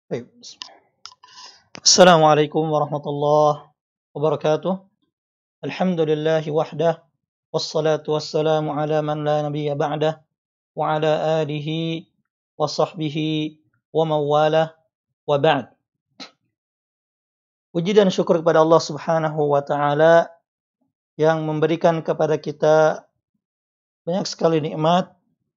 Baik. Assalamualaikum warahmatullahi wabarakatuh. Alhamdulillahi wahdah. Wassalatu wassalamu ala man la nabiyya ba'dah. Wa ala alihi wa sahbihi wa mawalah wa ba'd. Puji dan syukur kepada Allah subhanahu wa ta'ala yang memberikan kepada kita banyak sekali nikmat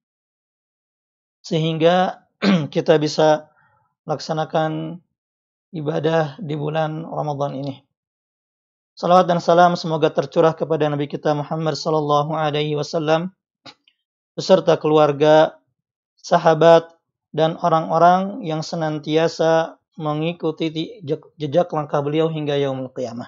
sehingga kita bisa melaksanakan ibadah di bulan Ramadan ini. Salawat dan salam semoga tercurah kepada Nabi kita Muhammad sallallahu alaihi wasallam beserta keluarga, sahabat dan orang-orang yang senantiasa mengikuti jejak langkah beliau hingga yaumul qiyamah.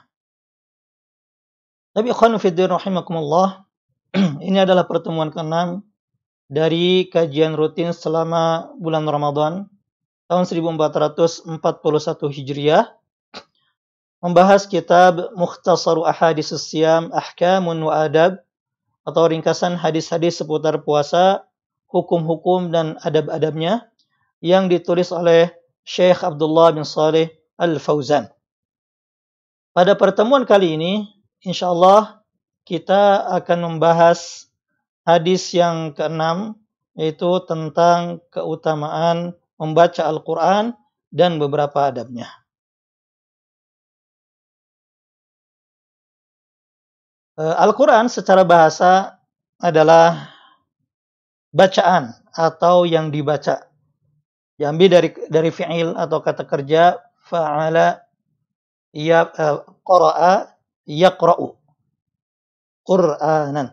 Nabi ikhwan fillah rahimakumullah, ini adalah pertemuan ke-6 dari kajian rutin selama bulan Ramadan tahun 1441 Hijriah, membahas kitab Mukhtasar Ahaditsus Shiyam Ahkamun wa Adab, atau ringkasan hadis-hadis seputar puasa, hukum-hukum dan adab-adabnya, yang ditulis oleh Syekh Abdullah bin Saleh Al-Fauzan. Pada pertemuan kali ini, insyaallah kita akan membahas hadis yang ke-6, yaitu tentang keutamaan membaca Al-Quran dan beberapa adabnya. Al-Quran secara bahasa adalah bacaan atau yang dibaca. Diambil dari fi'il atau kata kerja fa'ala, qara'a, yaqra'u. Qur'anan.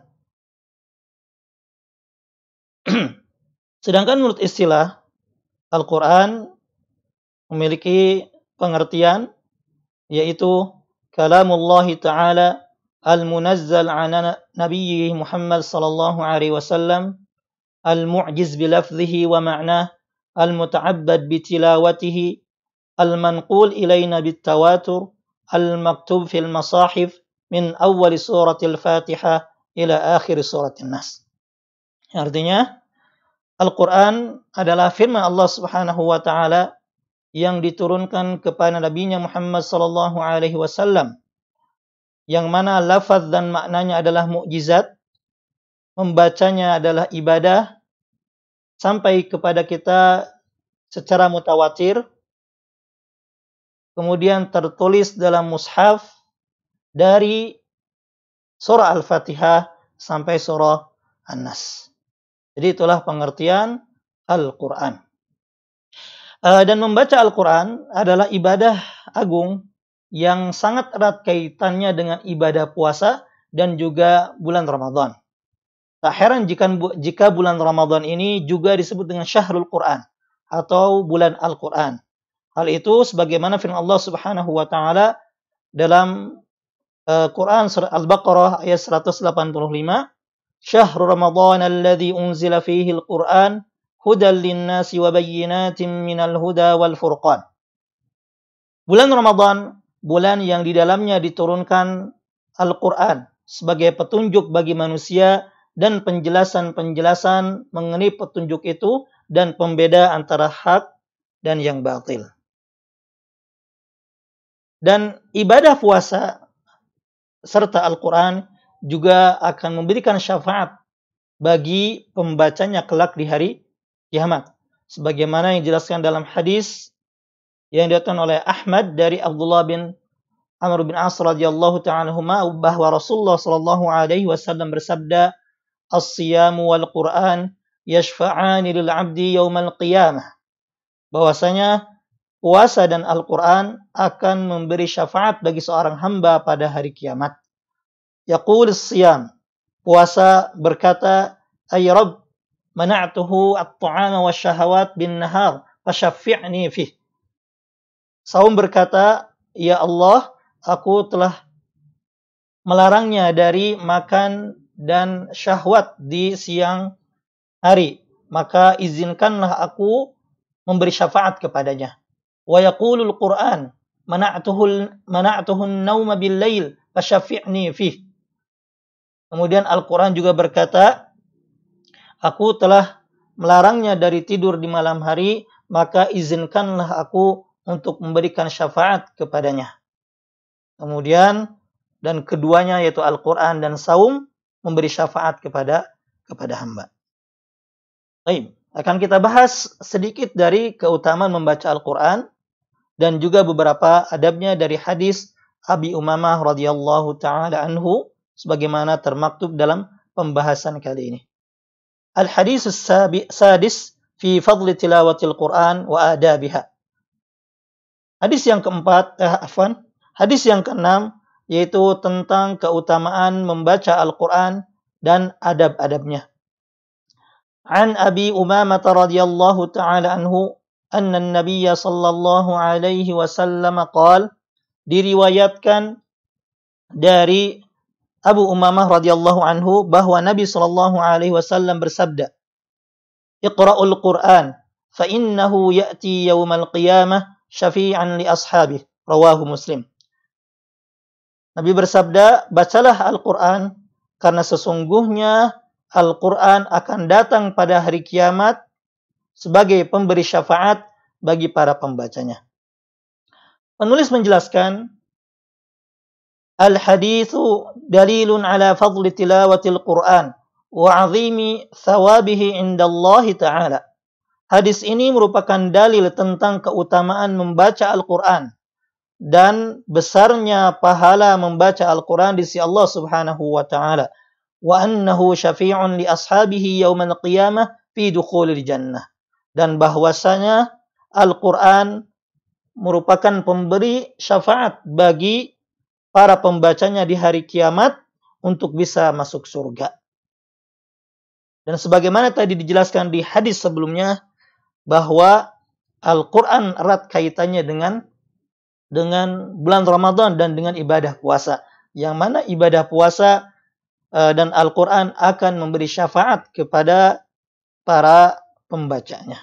Sedangkan menurut istilah, Al-Quran memiliki pengertian, yaitu kalamullah ta'ala al-munazzal ala nabiyyi Muhammad sallallahu alaihi wasallam, al-mu'jiz bilafzihi wa ma'nah, al-muta'abbad bitilawatihi, al-manqul ilayna bitawatur, al-maktub fil masahif min awal suratil Fatihah ila akhir suratin Nas. Artinya, Al-Quran adalah firman Allah subhanahu wa ta'ala yang diturunkan kepada Nabi-Nya Muhammad sallallahu alaihi wasallam, yang mana lafaz dan maknanya adalah mukjizat, membacanya adalah ibadah, sampai kepada kita secara mutawatir, kemudian tertulis dalam mushaf dari surah Al-Fatihah sampai surah An-Nas. Jadi itulah pengertian Al-Quran. Dan membaca Al-Quran adalah ibadah agung yang sangat erat kaitannya dengan ibadah puasa dan juga bulan Ramadan. Tak heran jika bulan Ramadan ini juga disebut dengan Syahrul Quran atau bulan Al-Quran. Hal itu sebagaimana firman Allah subhanahu wa ta'ala dalam Quran surah Al-Baqarah ayat 185, Syahrul Ramadan alladzi unzila fihi al-Quran hudan lin-nasi wa bayyinatin minal huda wal furqan. Bulan Ramadan, bulan yang di dalamnya diturunkan Al-Quran sebagai petunjuk bagi manusia dan penjelasan-penjelasan mengenai petunjuk itu dan pembeda antara hak dan yang batil. Dan ibadah puasa serta Al-Quran juga akan memberikan syafaat bagi pembacanya kelak di hari kiamat. Sebagaimana yang dijelaskan dalam hadis yang diriwayatkan oleh Ahmad dari Abdullah bin Amr bin As radhiyallahu ta'ala anhuma, bahwa Rasulullah sallallahu alaihi wasallam bersabda, "As-siyamu wal Qur'an yashfa'ani lil 'abdi yaumal qiyamah." Bahwasanya puasa dan Al-Quran akan memberi syafaat bagi seorang hamba pada hari kiamat. Yaqul as-siyam, puasa berkata, "Ay Rabb, mana'tuhu at-ta'ama wasyahawat bin nahar, fasyaffi'ni fih." Saum berkata, "Ya Allah, aku telah melarangnya dari makan dan syahwat di siang hari, maka izinkanlah aku memberi syafaat kepadanya." Wa yaqulul Qur'an, mana'tuhu an-nauma bil-lail, fasyaffi'ni fih. Kemudian Al-Quran juga berkata, aku telah melarangnya dari tidur di malam hari, maka izinkanlah aku untuk memberikan syafaat kepadanya. Kemudian, dan keduanya yaitu Al-Quran dan saum, memberi syafaat kepada hamba. Baik, akan kita bahas sedikit dari keutamaan membaca Al-Quran dan juga beberapa adabnya dari hadis Abi Umamah radhiyallahu taala anhu sebagaimana termaktub dalam pembahasan kali ini. Al-hadis sadis fi fadli tilawatil Quran wa adabiha. Hadis yang keempat, hadis yang keenam yaitu tentang keutamaan membaca Al-Quran dan adab-adabnya. An Abi Umamah radhiyallahu taala anhu anna an-nabiy sallallahu alaihi wasallam qala, diriwayatkan dari Abu Umamah radhiyallahu anhu bahwa Nabi sallallahu alaihi wasallam bersabda, "Iqra'ul Qur'an fa innahu ya'ti yaumal qiyamah syafi'an li ashabihi." Rawahu Muslim. Nabi bersabda, "Bacalah Al-Qur'an karena sesungguhnya Al-Quran akan datang pada hari kiamat sebagai pemberi syafaat bagi para pembacanya." Penulis menjelaskan, Al-hadithu dalilun ala fadli tilawatil Quran wa azimi thawabihi indallahi ta'ala. Hadis ini merupakan dalil tentang keutamaan membaca Al-Quran dan besarnya pahala membaca Al-Quran di sisi Allah subhanahu wa ta'ala. Wa annahu syafi'un li ashabihi yaumal qiyamah fi dukhulil jannah. Dan bahwasanya Al-Quran merupakan pemberi syafaat bagi para pembacanya di hari kiamat untuk bisa masuk surga. Dan sebagaimana tadi dijelaskan di hadis sebelumnya, bahwa Al-Quran erat kaitannya dengan bulan Ramadan dan dengan ibadah puasa. Yang mana ibadah puasa dan Al-Quran akan memberi syafaat kepada para pembacanya.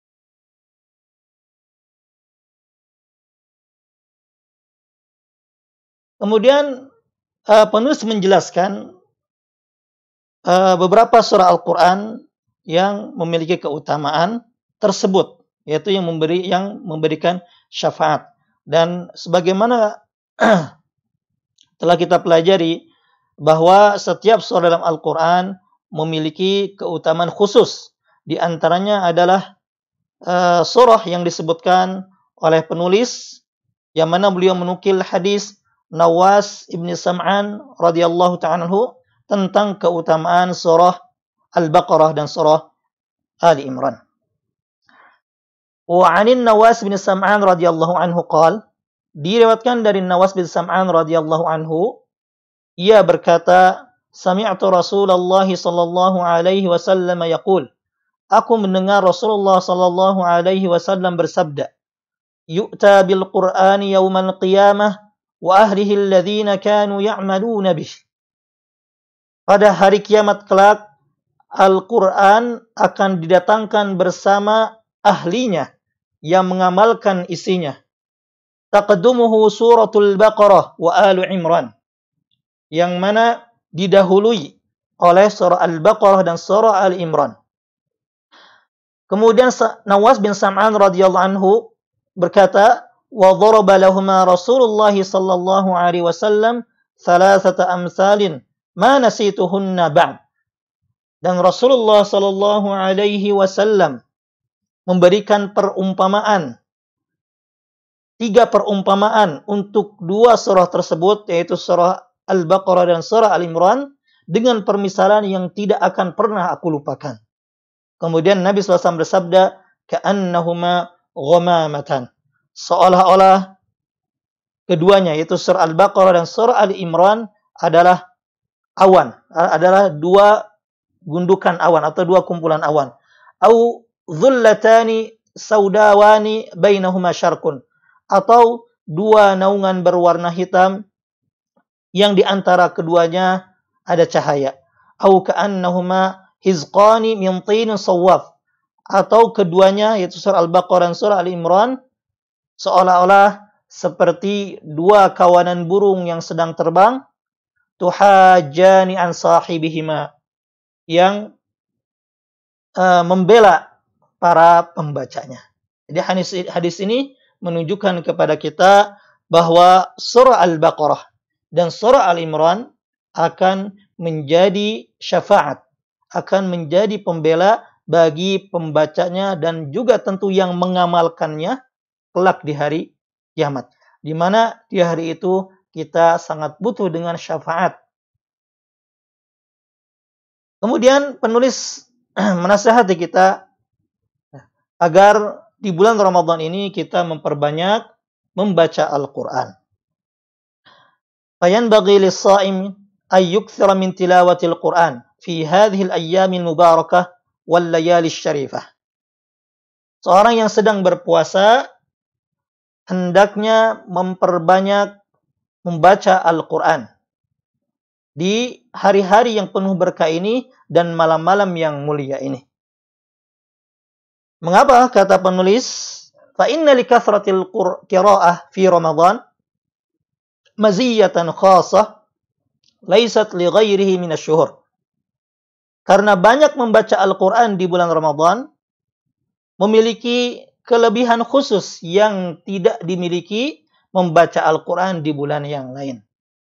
Kemudian penulis menjelaskan beberapa surah Al-Quran yang memiliki keutamaan tersebut, yaitu yang memberikan syafaat. Dan sebagaimana telah kita pelajari, bahwa setiap surah dalam Al-Quran memiliki keutamaan khusus. Di antaranya adalah surah yang disebutkan oleh penulis, yang mana beliau menukil hadis Nawas ibn Sam'an radhiyallahu ta'ala anhu tentang keutamaan surah Al-Baqarah dan surah Ali Imran. Wa 'anin Nawas bin Sam'an radhiyallahu anhu qala, diriwayatkan dari Nawas bin Sam'an radhiyallahu anhu, ia berkata, "Sami'tu Rasulullah sallallahu alaihi wasallam yaqul." Aku mendengar Rasulullah sallallahu alaihi wasallam bersabda, "Yu'ta bil Qur'ani yaumal qiyamah wa ahlihi alladhina kanu ya'maluna bih." Pada hari kiamat kelak, Al-Qur'an akan didatangkan bersama ahlinya yang mengamalkan isinya. Taqaddumuhu suratul Baqarah wa Alu Imran, yang mana didahului oleh surah Al-Baqarah dan surah Al-Imran. Kemudian Nawas bin Sam'an radhiyallahu anhu berkata, "Wa dharaba lahuma Rasulullah sallallahu alaihi wasallam thalathata amsalin ma nasituhunna ba'd." Dan Rasulullah sallallahu alaihi wasallam memberikan tiga perumpamaan untuk dua surah tersebut, yaitu surah Al-Baqarah dan surah Al-Imran, dengan permisalan yang tidak akan pernah aku lupakan. Kemudian Nabi SAW bersabda, "Ka'annahuma ghamamatan." Seolah-olah keduanya, yaitu surah Al-Baqarah dan surah Al-Imran, adalah awan, adalah dua gundukan awan atau dua kumpulan awan. Au dhullatani saudawani bainahuma syarkun, atau dua naungan berwarna hitam yang di antara keduanya ada cahaya. Au ka'annahuma hizqani min tinin sawwaf, atau keduanya yaitu surah Al-Baqarah dan surah Al-Imran seolah-olah seperti dua kawanan burung yang sedang terbang, tuhajjani an sahibihima, yang membela para pembacanya. Jadi hadis ini menunjukkan kepada kita bahwa surah Al-Baqarah dan surah Al-Imran akan menjadi syafaat, akan menjadi pembela bagi pembacanya dan juga tentu yang mengamalkannya kelak di hari kiamat. Di mana di hari itu kita sangat butuh dengan syafaat. Kemudian penulis menasihati kita agar di bulan Ramadan ini kita memperbanyak membaca Al-Quran. Fayanbaghi lis-sha'im ay yukthira min tilawatil Quran fi hadhihi al-ayyam al-mubarakah wal layali syarifah. Seorang yang sedang berpuasa hendaknya memperbanyak membaca Al-Quran di hari-hari yang penuh berkah ini dan malam-malam yang mulia ini. Mengapa kata penulis? Fa inna li kathratil qira'ah fi Ramadan maziyatan khassah laysat li ghairihi min asy-syuhur. Karena banyak membaca Al-Quran di bulan Ramadan memiliki kelebihan khusus yang tidak dimiliki membaca Al-Quran di bulan yang lain.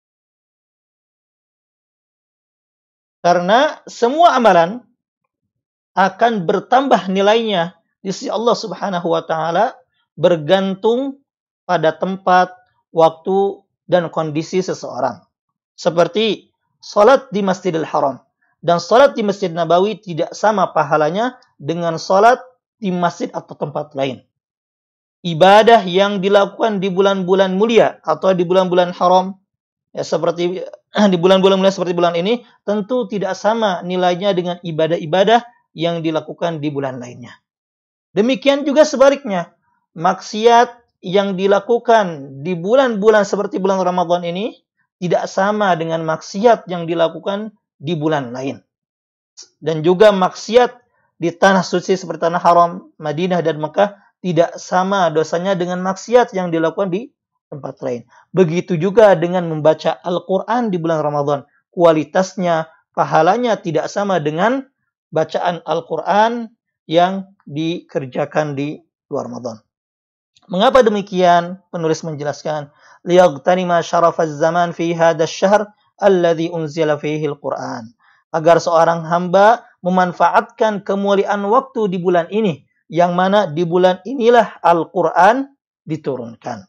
Karena semua amalan akan bertambah nilainya di sisi Allah Subhanahu wa taala bergantung pada tempat, waktu dan kondisi seseorang. Seperti salat di Masjidil Haram dan salat di Masjid Nabawi tidak sama pahalanya dengan salat di masjid atau tempat lain. Ibadah yang dilakukan di bulan-bulan mulia atau di bulan-bulan haram, ya seperti di bulan-bulan mulia seperti bulan ini, tentu tidak sama nilainya dengan ibadah-ibadah yang dilakukan di bulan lainnya. Demikian juga sebaliknya, maksiat yang dilakukan di bulan-bulan seperti bulan Ramadan ini tidak sama dengan maksiat yang dilakukan di bulan lain. Dan juga maksiat di tanah suci seperti tanah haram, Madinah dan Mekah tidak sama dosanya dengan maksiat yang dilakukan di tempat lain. Begitu juga dengan membaca Al-Quran di bulan Ramadan. Kualitasnya, pahalanya tidak sama dengan bacaan Al-Quran yang dikerjakan di luar Ramadan. Mengapa demikian? Penulis menjelaskan, liyagtanima syarafaz zaman fi hadzal syahr alladzi unzila fihi al-Qur'an. Agar seorang hamba memanfaatkan kemuliaan waktu di bulan ini, yang mana di bulan inilah Al-Qur'an diturunkan.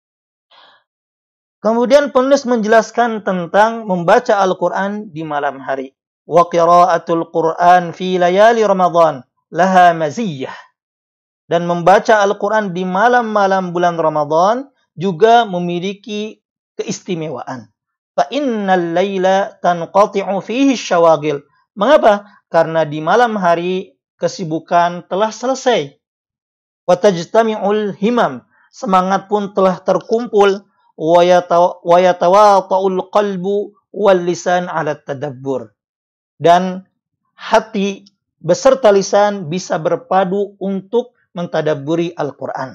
Kemudian penulis menjelaskan tentang membaca Al-Qur'an di malam hari. Wa qira'atul Qur'an fi layali Ramadan laha maziyah. Dan membaca Al-Quran di malam-malam bulan Ramadan juga memiliki keistimewaan. Fa innal laila tanqati'u fihi syawagil. Mengapa? Karena di malam hari kesibukan telah selesai. Wa tajtami'ul himam. Semangat pun telah terkumpul. Wa yatawata'ul qalbu wal lisan 'ala tadabbur. Dan hati beserta lisan bisa berpadu untuk mentadabburi Al-Quran.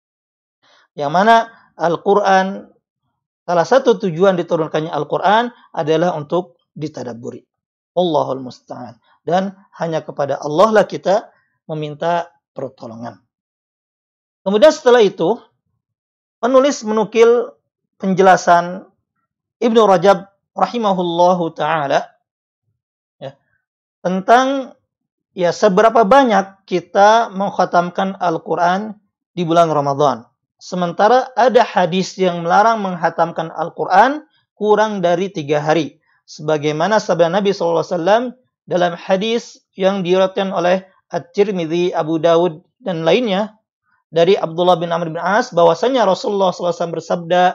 Yang mana Al-Quran, salah satu tujuan diturunkannya Al-Quran adalah untuk ditadabburi. Allahul musta'an. Dan hanya kepada Allah lah kita meminta pertolongan. Kemudian setelah itu, penulis menukil penjelasan Ibnu Rajab rahimahullahu ta'ala ya, tentang seberapa banyak kita mengkhatamkan Al-Quran di bulan Ramadan. Sementara ada hadis yang melarang menghatamkan Al-Quran kurang dari 3 hari. Sebagaimana sabda Nabi SAW dalam hadis yang diriwayatkan oleh At-Tirmidzi, Abu Dawud, dan lainnya dari Abdullah bin Amr bin As bahwasanya Rasulullah SAW bersabda,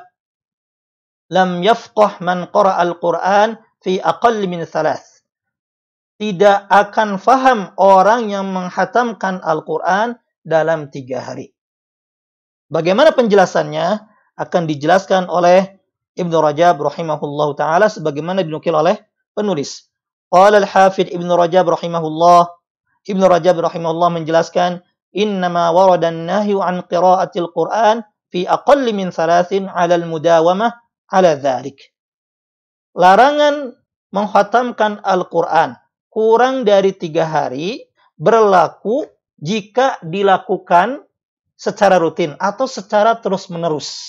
"Lam yafqah man qara al-Quran fi aqall min 3." Tidak akan faham orang yang menghatamkan Al-Quran dalam 3 hari. Bagaimana penjelasannya akan dijelaskan oleh Ibnu Rajab rahimahullah ta'ala sebagaimana dinukil oleh penulis. Qala al-Hafidh Ibnu Rajab rahimahullah. Ibnu Rajab rahimahullah menjelaskan, innama warada an-nahyu an qira'atil Qur'an fi aqalli min 3 'ala al-mudawamah 'ala dhalik. Larangan menghatamkan Al-Quran kurang dari 3 hari berlaku jika dilakukan secara rutin atau secara terus-menerus.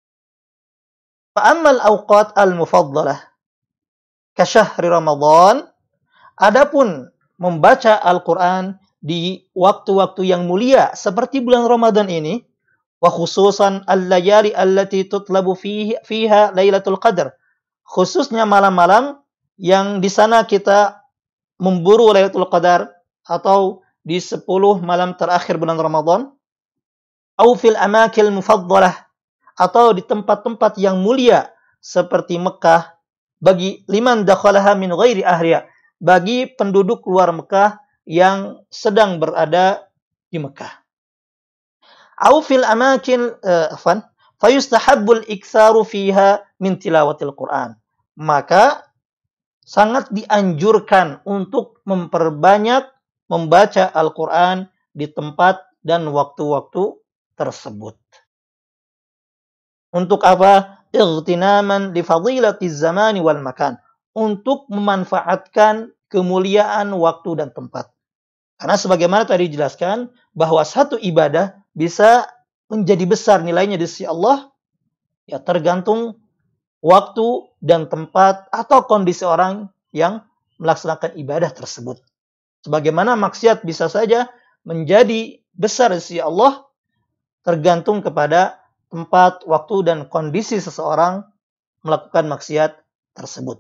Fa'ammal awqat al-mufaddalah kasyahri Ramadan, adapun membaca Al-Quran di waktu-waktu yang mulia seperti bulan Ramadan ini, wa khususan al-layali allati tutlabu fiha Lailatul Qadar, khususnya malam-malam yang di sana kita memburu Lailatul Qadar, atau di 10 malam terakhir bulan Ramadan, au fil amakil mufaddalah, atau di tempat-tempat yang mulia seperti Mekah, bagi liman dakhalaha min ghairi ahliya, bagi penduduk luar Mekah yang sedang berada di Mekah. Au fil amakin fayustahabbul iktsaru fiha min tilawatil Quran. Maka sangat dianjurkan untuk memperbanyak membaca Al-Quran di tempat dan waktu-waktu tersebut. Untuk apa? Ightinaman li fadilatiz zamani wal makan. Untuk memanfaatkan kemuliaan waktu dan tempat. Karena sebagaimana tadi dijelaskan bahwa satu ibadah bisa menjadi besar nilainya di sisi Allah, ya tergantung waktu dan tempat atau kondisi orang yang melaksanakan ibadah tersebut. Sebagaimana maksiat bisa saja menjadi besar di sisi Allah tergantung kepada tempat, waktu, dan kondisi seseorang melakukan maksiat tersebut.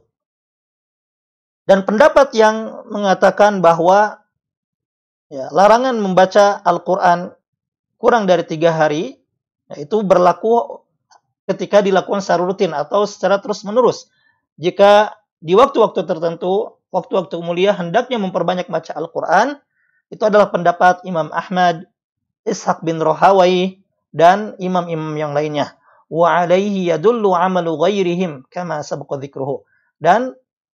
Dan pendapat yang mengatakan bahwa larangan membaca Al-Quran kurang dari 3 hari, itu berlaku ketika dilakukan secara rutin atau secara terus-menerus. Jika di waktu-waktu tertentu, waktu-waktu mulia, hendaknya memperbanyak baca Al-Quran, itu adalah pendapat Imam Ahmad, Ishaq bin Rahawai, dan imam-imam yang lainnya. Wa alaihi yadullu amalu ghairihim kama sabaqa dzikruhu. Dan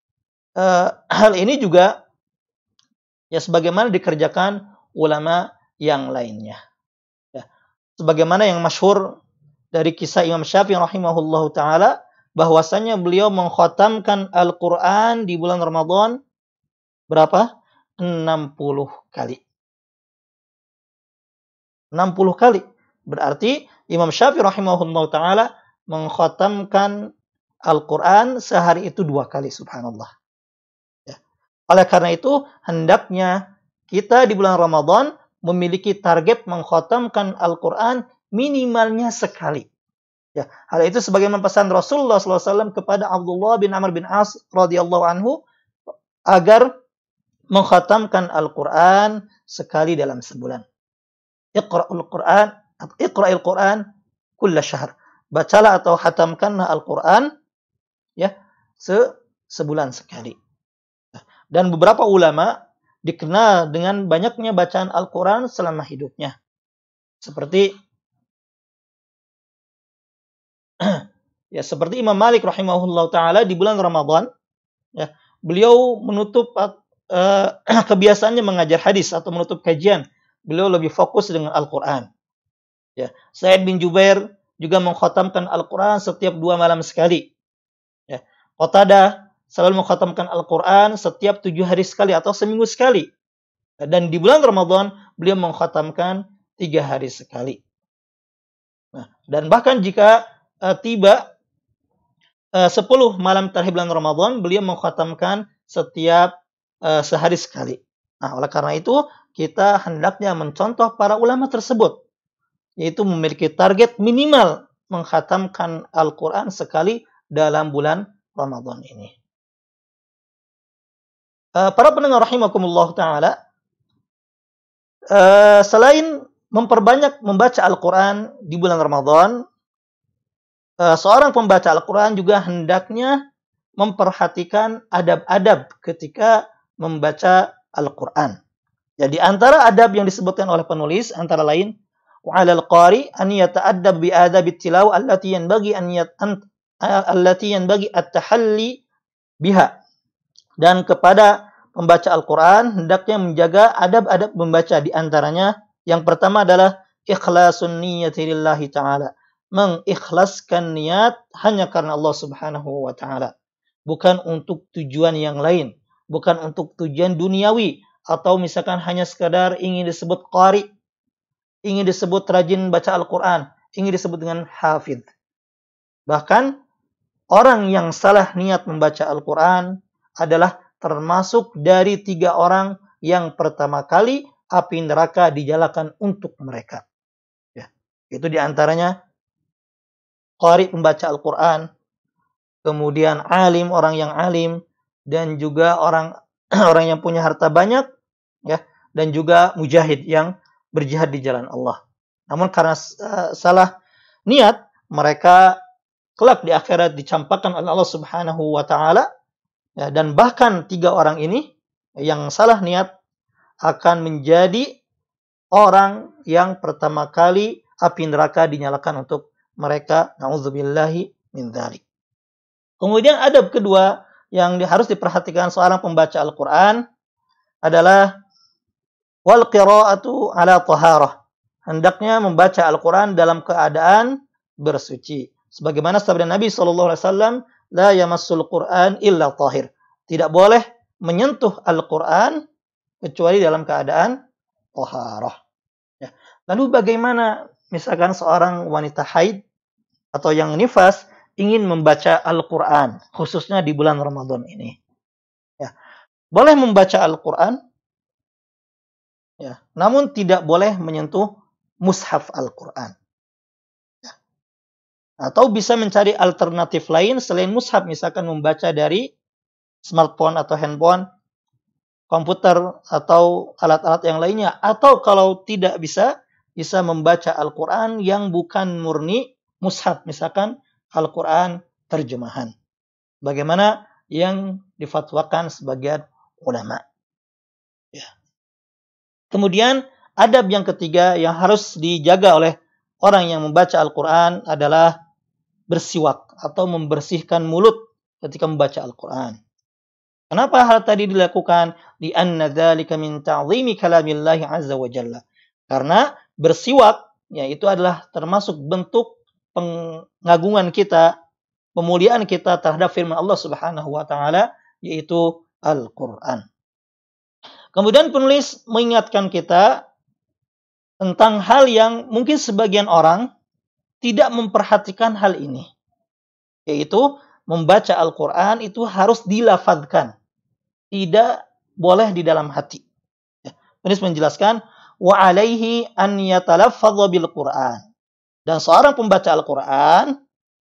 hal ini juga ya sebagaimana dikerjakan ulama yang lainnya. Ya. Sebagaimana yang masyhur dari kisah Imam Syafi'i rahimahullahu taala, bahwasanya beliau mengkhatamkan Al-Qur'an di bulan Ramadan berapa? 60 kali. 60 kali. Berarti Imam Syafi'i rahimahullahu taala mengkhatamkan Al-Qur'an sehari itu 2 kali, subhanallah. Ya. Oleh karena itu, hendaknya kita di bulan Ramadan memiliki target mengkhatamkan Al-Qur'an minimalnya sekali. Ya, hal itu sebagaimana pesan Rasulullah SAW kepada Abdullah bin Amr bin As radhiyallahu anhu agar mengkhatamkan Al-Qur'an sekali dalam sebulan. Iqra'il Qur'an kulla syahr. Bacalah atau khatamkanlah Al-Qur'an ya sebulan sekali. Dan beberapa ulama dikenal dengan banyaknya bacaan Al-Qur'an selama hidupnya. Seperti seperti Imam Malik rahimahullah taala di bulan Ramadan, ya, beliau menutup kebiasaannya mengajar hadis atau menutup kajian. Beliau lebih fokus dengan Al-Qur'an. Ya, Sa'id bin Jubair juga mengkhatamkan Al-Qur'an setiap 2 malam sekali. Ya, Qatadah selalu mengkhatamkan Al-Qur'an setiap 7 hari sekali atau seminggu sekali. Dan di bulan Ramadan beliau mengkhatamkan 3 hari sekali. Nah, dan bahkan jika tiba 10 malam terakhir bulan Ramadan, beliau mengkhatamkan setiap sehari sekali. Nah, oleh karena itu, kita hendaknya mencontoh para ulama tersebut, yaitu memiliki target minimal mengkhatamkan Al-Quran sekali dalam bulan Ramadan ini. Para pendengar rahimakumullah ta'ala, selain memperbanyak membaca Al-Quran di bulan Ramadan, seorang pembaca Al-Quran juga hendaknya memperhatikan adab-adab ketika membaca Al-Quran. Jadi antara adab yang disebutkan oleh penulis antara lain, wa'alal qari an yata'addab bi adabit tilawah allati yanbaghi at-tahalli biha. Dan kepada pembaca Al-Quran hendaknya menjaga adab-adab membaca, di antaranya yang pertama adalah ikhlasun niyyati lillahi ta'ala. Mengikhlaskan niat hanya karena Allah Subhanahu wa ta'ala. Bukan untuk tujuan yang lain. Bukan untuk tujuan duniawi. Atau misalkan hanya sekadar ingin disebut qari. ingin disebut rajin baca Al-Quran, ingin disebut dengan hafidh. Bahkan orang yang salah niat membaca Al-Quran adalah termasuk dari 3 orang yang pertama kali api neraka dinyalakan untuk mereka. Ya, itu diantaranya qari pembaca Al-Quran, kemudian alim, orang yang alim, dan juga orang orang yang punya harta banyak, ya, dan juga mujahid yang berjihad di jalan Allah. Namun karena salah niat, mereka kelak di akhirat dicampakkan oleh Allah Subhanahu wa taala, ya, dan bahkan 3 orang ini yang salah niat akan menjadi orang yang pertama kali api neraka dinyalakan untuk mereka. Nauzubillahi min dzalik. Kemudian adab kedua yang harus diperhatikan seorang pembaca Al-Quran adalah wal qira'atu ala taharah. Hendaknya membaca Al-Quran dalam keadaan bersuci. Sebagaimana sabda Nabi SAW, la yamassul Qur'an illa tahir. Tidak boleh menyentuh Al-Quran kecuali dalam keadaan taharah. Ya. Lalu bagaimana misalkan seorang wanita haid atau yang nifas ingin membaca Al-Quran, khususnya di bulan Ramadan ini? Ya. Boleh membaca Al-Quran, ya, namun tidak boleh menyentuh mushaf Al-Quran. Atau bisa mencari alternatif lain selain mushaf, misalkan membaca dari smartphone atau handphone, komputer, atau alat-alat yang lainnya. Atau kalau tidak bisa membaca Al-Quran yang bukan murni mushaf, misalkan Al-Quran terjemahan. Bagaimana yang difatwakan sebagian ulama. Ya. Kemudian adab yang ketiga yang harus dijaga oleh orang yang membaca Al-Quran adalah bersiwak atau membersihkan mulut ketika membaca Al-Quran. Kenapa hal tadi dilakukan? Li'anna dzalika min ta'zimi kalamillahi azza wa jalla. Karena bersiwak, yaitu adalah termasuk bentuk pengagungan kita, pemuliaan kita terhadap firman Allah Subhanahu wa taala, yaitu Al-Quran. Kemudian penulis mengingatkan kita tentang hal yang mungkin sebagian orang tidak memperhatikan hal ini, yaitu membaca Al-Quran itu harus dilafadzkan, tidak boleh di dalam hati. Penulis menjelaskan, wa alaihi an yatalaffadha bil Quran. Dan seorang pembaca Al-Quran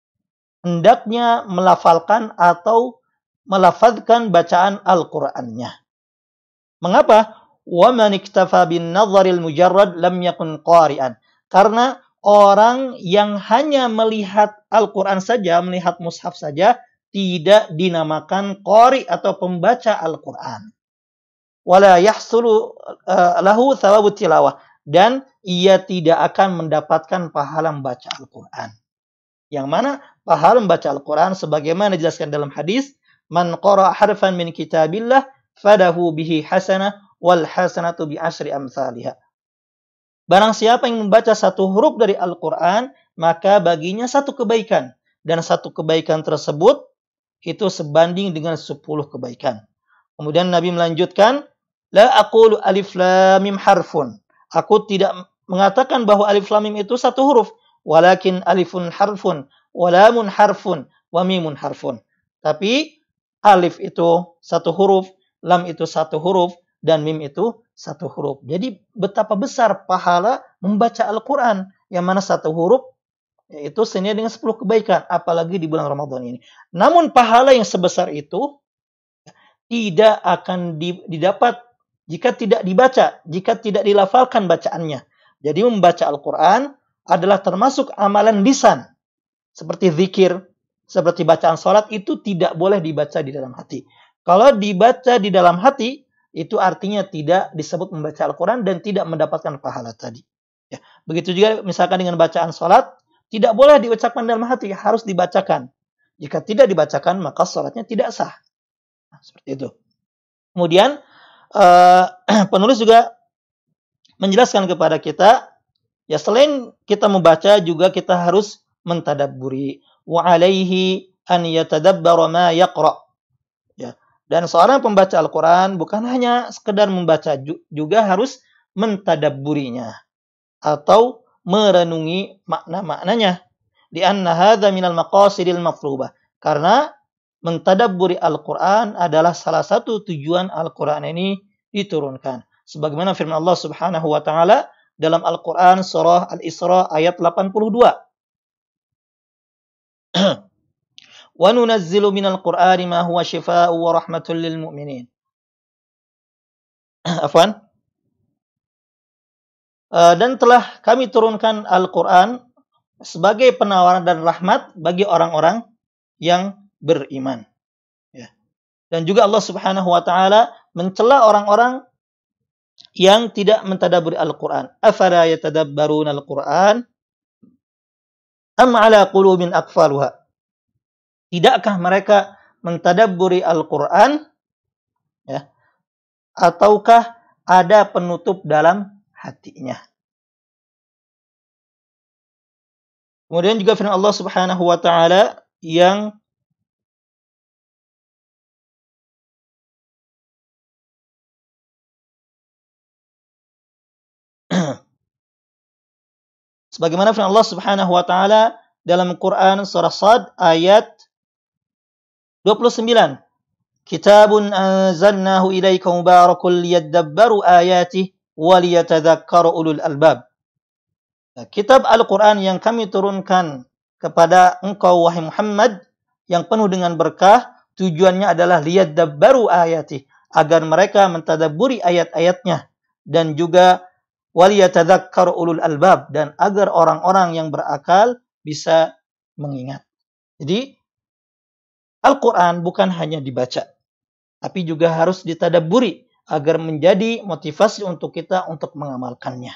hendaknya melafalkan atau melafadzkan bacaan Al-Qurannya. Mengapa? Wa man iktafa bin nadharil mujarrad lam yakun qari'an. Karena orang yang hanya melihat Al-Quran saja, melihat mushaf saja, tidak dinamakan qari atau pembaca Al-Quran. Wala yahsulu lahu thawabut tilawah. Dan ia tidak akan mendapatkan pahala membaca Al-Quran. Yang mana pahala membaca Al-Quran sebagaimana dijelaskan dalam hadis, man qara'a harfan min kitabillah fadahu bihi hasanah wal hasanatu bi asyri amsalihha. Barang siapa yang membaca satu huruf dari Al-Quran, maka baginya satu kebaikan. Dan satu kebaikan tersebut, itu sebanding dengan 10 kebaikan. Kemudian Nabi melanjutkan, La aqulu alif lam mim harfun. Aku tidak mengatakan bahwa alif lam mim itu satu huruf. Walakin alifun harfun, walamun harfun, wa mimun harfun. Tapi alif itu satu huruf, lam itu satu huruf, dan mim itu satu huruf. Jadi betapa besar pahala membaca Al-Quran, yang mana satu huruf itu senilai dengan 10 kebaikan, apalagi di bulan Ramadan ini. Namun pahala yang sebesar itu tidak akan didapat jika tidak dibaca, jika tidak dilafalkan bacaannya. Jadi membaca Al-Quran adalah termasuk amalan lisan, seperti zikir, seperti bacaan sholat, itu tidak boleh dibaca di dalam hati. Kalau dibaca di dalam hati, itu artinya tidak disebut membaca Al-Quran dan tidak mendapatkan pahala tadi. Ya. Begitu juga misalkan dengan bacaan sholat, tidak boleh diucapkan dalam hati, harus dibacakan. Jika tidak dibacakan, maka sholatnya tidak sah. Nah, seperti itu. Kemudian, penulis juga menjelaskan kepada kita, ya selain kita membaca, juga kita harus mentadabburi. Wa alaihi an yatadabbara ma yaqra'. Dan seorang pembaca Al-Quran bukan hanya sekedar membaca, juga harus mentadabburinya. atau merenungi makna-maknanya. Di anna hadza minal maqasidil mafrubah. Karena mentadabburi Al-Quran adalah salah satu tujuan Al-Quran ini diturunkan. Sebagaimana firman Allah Subhanahu wa taala dalam Al-Quran surah Al-Isra ayat 82. Wa nunazzilu minal Qur'ani ma huwa shifaa'un wa rahmatun lil mu'minin. Afwan. Dan telah kami turunkan Al-Quran sebagai penawaran dan rahmat bagi orang-orang yang beriman. Ya. Dan juga Allah Subhanahu wa taala mencela orang-orang yang tidak mentadabburi Al-Quran. Afala yatadabbaruna Al-Quran am ala qulubin aqfaluha. Tidakkah mereka mentadabburi Al-Quran, ya, ataukah ada penutup dalam hatinya? Kemudian juga firman Allah Subhanahu wa taala yang sebagaimana firman Allah Subhanahu wa taala dalam Quran surah Shad ayat 29. Kitabun anzalnahu ilaika mubarakun liyadabbaru ayatihi wa liyatadzakkara ulul albab. Kitab Al-Quran yang kami turunkan kepada engkau wahai Muhammad yang penuh dengan berkah, tujuannya adalah liyadabbaru ayatihi, agar mereka mentadabburi ayat-ayatnya, dan juga waliyatadzakkara ulul albab, dan agar orang-orang yang berakal bisa mengingat. Jadi Al-Quran bukan hanya dibaca, tapi juga harus ditadabburi agar menjadi motivasi untuk kita untuk mengamalkannya.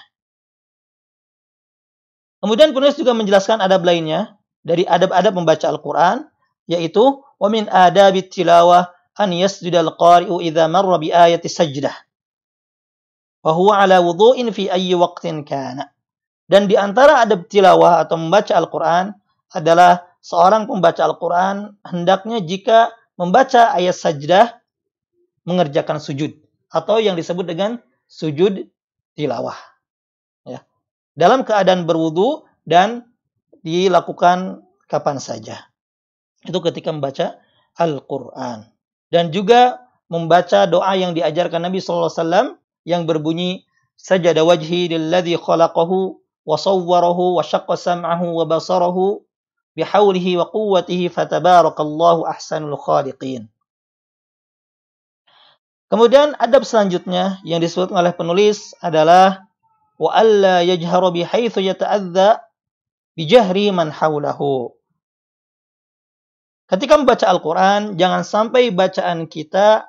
Kemudian penulis juga menjelaskan adab lainnya dari adab-adab membaca Al-Quran, yaitu wa min adabit tilawah an yasjudal qari'u idza marra bi ayati sajdah wa huwa ala wudhu'in fi ayyi waqtin kana. Dan di antara adab tilawah atau membaca Al-Quran adalah seorang pembaca Al-Quran hendaknya jika membaca ayat sajdah mengerjakan sujud atau yang disebut dengan sujud tilawah, ya, dalam keadaan berwudu dan dilakukan kapan saja. Itu ketika membaca Al-Quran. Dan juga membaca doa yang diajarkan Nabi SAW yang berbunyi sajada wajhi lilladzi khalaqahu wa sawwarahu wa syaqqa sam'ahu wa basarahu bihaulihi wa quwwatihi fatabarakallahu ahsanul khaliqin. Kemudian adab selanjutnya yang disebutkan oleh penulis adalah wa alla yajharu bihaitsu yata'adza bijahri man haulahu. Ketika membaca Al-Quran, jangan sampai bacaan kita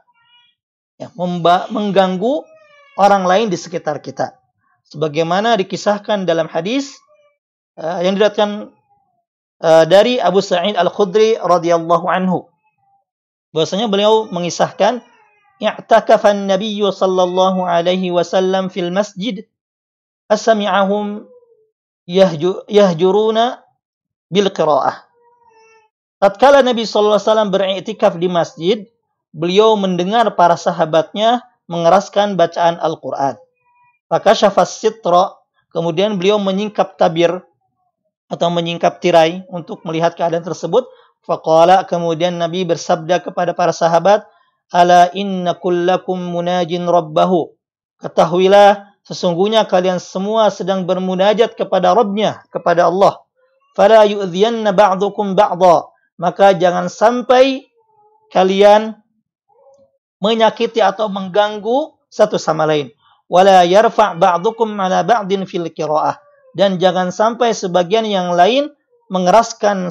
mengganggu orang lain di sekitar kita. Sebagaimana dikisahkan dalam hadis yang diriwayatkan dari Abu Sa'id Al-Khudri radhiyallahu anhu, bahwasanya beliau mengisahkan i'takafa an-nabiy sallallahu alaihi wasallam fil masjid asami'ahum yahjuruna bil qiraah. Tatkala Nabi sallallahu alaihi wasallam beriktikaf di masjid, beliau mendengar para sahabatnya mengeraskan bacaan Al-Quran. Maka syafas sitra, kemudian beliau menyingkap tabir atau menyingkap tirai untuk melihat keadaan tersebut. Faqala, kemudian Nabi bersabda kepada para sahabat, ala inna kullakum munajin rabbahu. Ketahuilah, sesungguhnya kalian semua sedang bermunajat kepada Rabbnya, kepada Allah. Fala yu'dhiyanna ba'dukum ba'dha. Maka jangan sampai kalian menyakiti atau mengganggu satu sama lain. Wala yarfa' ba'dukum 'ala ba'din fil qiraah. Dan jangan sampai sebagian yang lain mengeraskan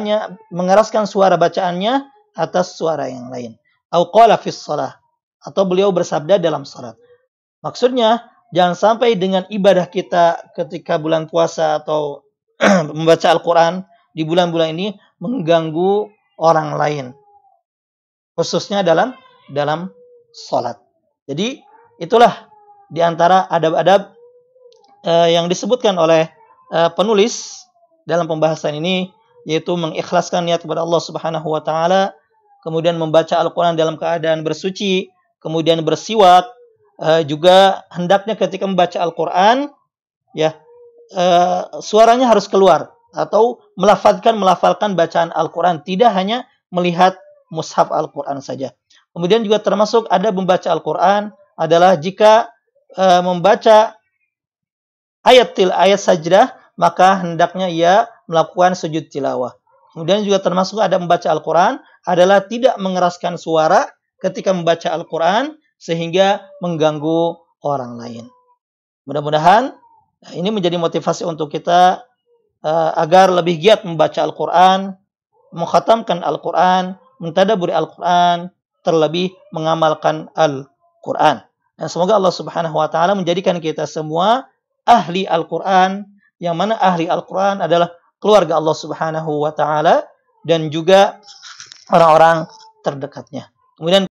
suara bacaannya atas suara yang lain. Au qala fis shalah, atau beliau bersabda dalam salat. Maksudnya, jangan sampai dengan ibadah kita ketika bulan puasa atau membaca Al-Quran di bulan-bulan ini mengganggu orang lain, khususnya dalam salat. Jadi, itulah di antara adab-adab yang disebutkan oleh penulis dalam pembahasan ini, yaitu mengikhlaskan niat kepada Allah Subhanahu wa taala, kemudian membaca Al-Quran dalam keadaan bersuci, kemudian bersiwak. Juga hendaknya ketika membaca Al-Quran, ya, suaranya harus keluar atau melafalkan bacaan Al-Quran, tidak hanya melihat mushaf Al-Quran saja. Kemudian juga termasuk ada membaca Al-Quran adalah jika membaca ayat sajdah, maka hendaknya ia melakukan sujud tilawah. Kemudian juga termasuk ada membaca Al-Quran adalah tidak mengeraskan suara ketika membaca Al-Quran sehingga mengganggu orang lain. Mudah-mudahan ini menjadi motivasi untuk kita agar lebih giat membaca Al-Quran, mengkhatamkan Al-Quran, mentadabburi Al-Quran, terlebih mengamalkan Al-Quran. Dan semoga Allah Subhanahu wa taala menjadikan kita semua ahli Al-Quran, yang mana ahli Al-Quran adalah keluarga Allah Subhanahu wa taala dan juga orang-orang terdekatnya. Kemudian